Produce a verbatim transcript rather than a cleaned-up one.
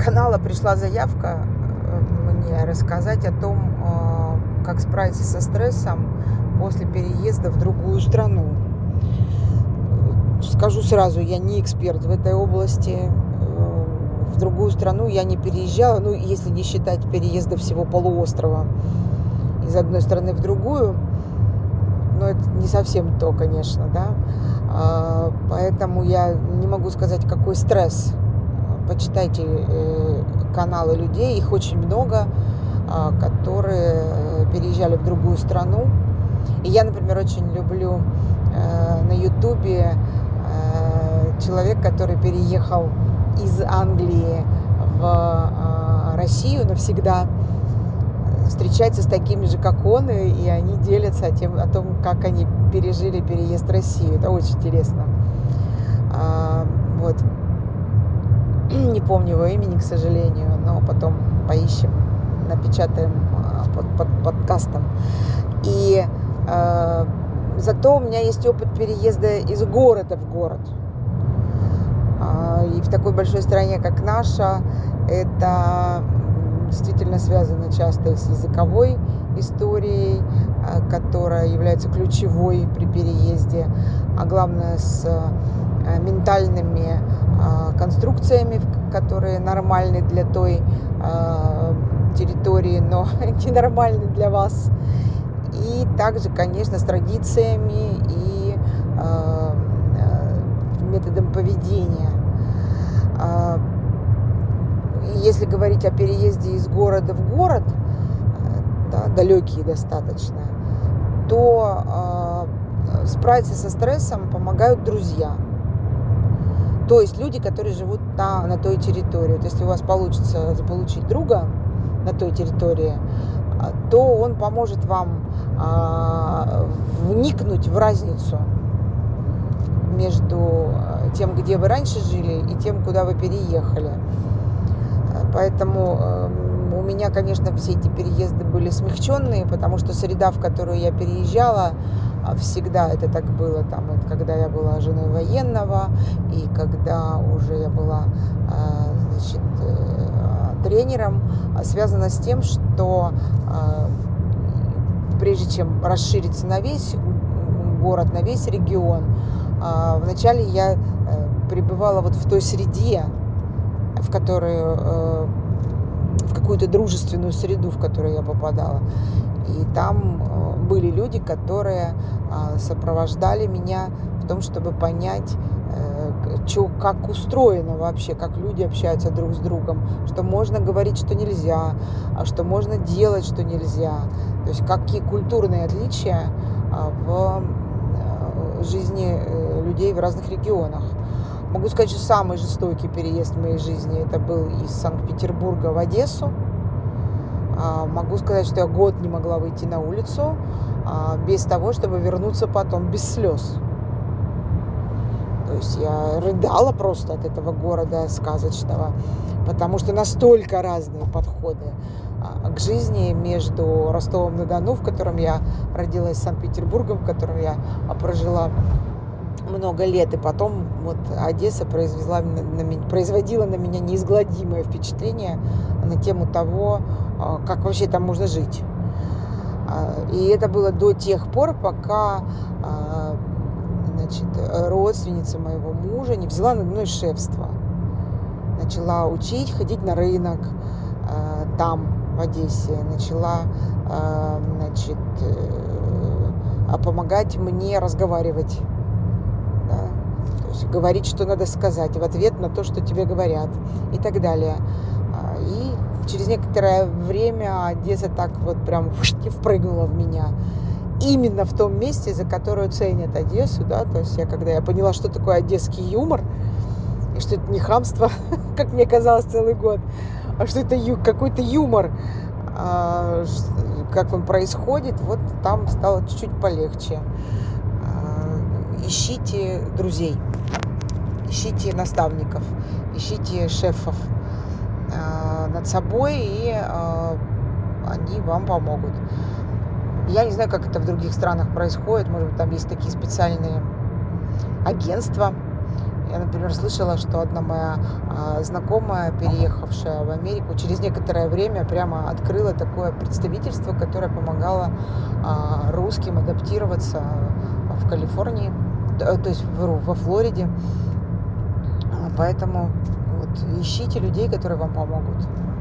канала пришла заявка мне рассказать о том, как справиться со стрессом после переезда в другую страну. Скажу сразу, я не эксперт в этой области. В другую страну я не переезжала, ну, если не считать переезда всего полуострова из одной страны в другую. Но это не совсем то, конечно, да. Поэтому я не могу сказать, какой стресс. Почитайте каналы людей, их очень много, которые переезжали в другую страну. И я, например, очень люблю на Ютубе человек, который переехал из Англии в Россию навсегда, встречается с такими же, как он, и они делятся о, тем, о том, как они пережили переезд в Россию. Это очень интересно. Вот. Не помню его имени, к сожалению, но потом поищем, напечатаем под, под подкастом. И э, зато у меня есть опыт переезда из города в город. Э, и в такой большой стране, как наша, это действительно связано часто с языковой историей, э, которая является ключевой при переезде, а главное с э, ментальными конструкциями, которые нормальны для той э, территории, но ненормальны для вас. И также, конечно, с традициями и э, э, методом поведения. Э, если говорить о переезде из города в город, э, да, далекие достаточно, то э, справиться со стрессом помогают друзья. То есть люди, которые живут на, на той территории. То есть, если у вас получится заполучить друга на той территории, то он поможет вам а, вникнуть в разницу между тем, где вы раньше жили, и тем, куда вы переехали. Поэтому э, у меня, конечно, все эти переезды были смягченные, потому что среда, в которую я переезжала, всегда это так было, там, когда я была женой военного, и когда уже я была, значит, тренером, связано с тем, что прежде чем расшириться на весь город, на весь регион, вначале я пребывала вот в той среде, в которую, в какую-то дружественную среду, в которую я попадала. И там были люди, которые сопровождали меня в том, чтобы понять, как устроено вообще, как люди общаются друг с другом, что можно говорить, что нельзя, а что можно делать, что нельзя. То есть какие культурные отличия в жизни людей в разных регионах. Могу сказать, что самый жестокий переезд в моей жизни это был из Санкт-Петербурга в Одессу. Могу сказать, что я год не могла выйти на улицу без того, чтобы вернуться потом без слез. То есть я рыдала просто от этого города сказочного, потому что настолько разные подходы к жизни между Ростовом-на-Дону, в котором я родилась, Санкт-Петербургом, в котором я прожила много лет, и потом вот Одесса произвела на меня, производила на меня неизгладимое впечатление на тему того, как вообще там можно жить. И это было до тех пор, пока, значит, родственница моего мужа не взяла надо мной шефство. Начала учить, ходить на рынок там, в Одессе. Начала, значит, помогать мне разговаривать. Да? То есть говорить, что надо сказать в ответ на то, что тебе говорят, и так далее. И через некоторое время Одесса так вот прям впрыгнула в меня. Именно в том месте, за которую ценят Одессу, да, то есть я, когда я поняла, что такое одесский юмор, и что это не хамство, как мне казалось целый год, а что это ю, какой-то юмор, а, как он происходит, вот там стало чуть-чуть полегче. А, ищите друзей, ищите наставников, ищите шефов а, над собой, и а, они вам помогут. Я не знаю, как это в других странах происходит. Может быть, там есть такие специальные агентства, Я, например, слышала, что одна моя а, знакомая, переехавшая в Америку, через некоторое время прямо открыла такое представительство, которое помогало а, русским адаптироваться в Калифорнии, т- то есть вру, во Флориде. А, Поэтому вот ищите людей, которые вам помогут.